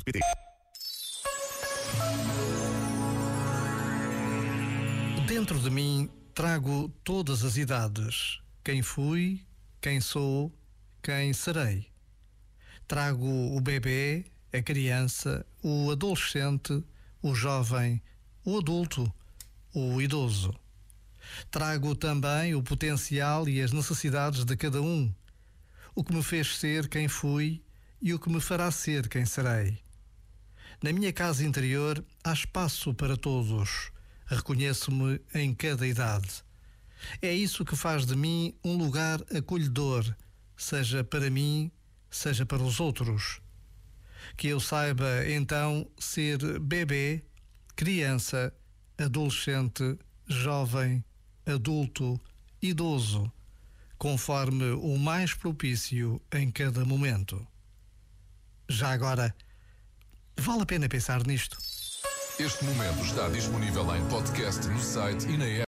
www.radiofobia.pt. Dentro de mim trago todas as idades. Quem fui, quem sou, quem serei. Trago o bebê, a criança, o adolescente, o jovem, o adulto, o idoso. Trago também o potencial e as necessidades de cada um, o que me fez ser quem fui e o que me fará ser quem serei. Na minha casa interior há espaço para todos. Reconheço-me em cada idade. É isso que faz de mim um lugar acolhedor, seja para mim, seja para os outros. Que eu saiba, então, ser bebê, criança, adolescente, jovem, adulto, idoso, conforme o mais propício em cada momento. Já agora, vale a pena pensar nisto. Este momento está disponível em podcast no site e na app.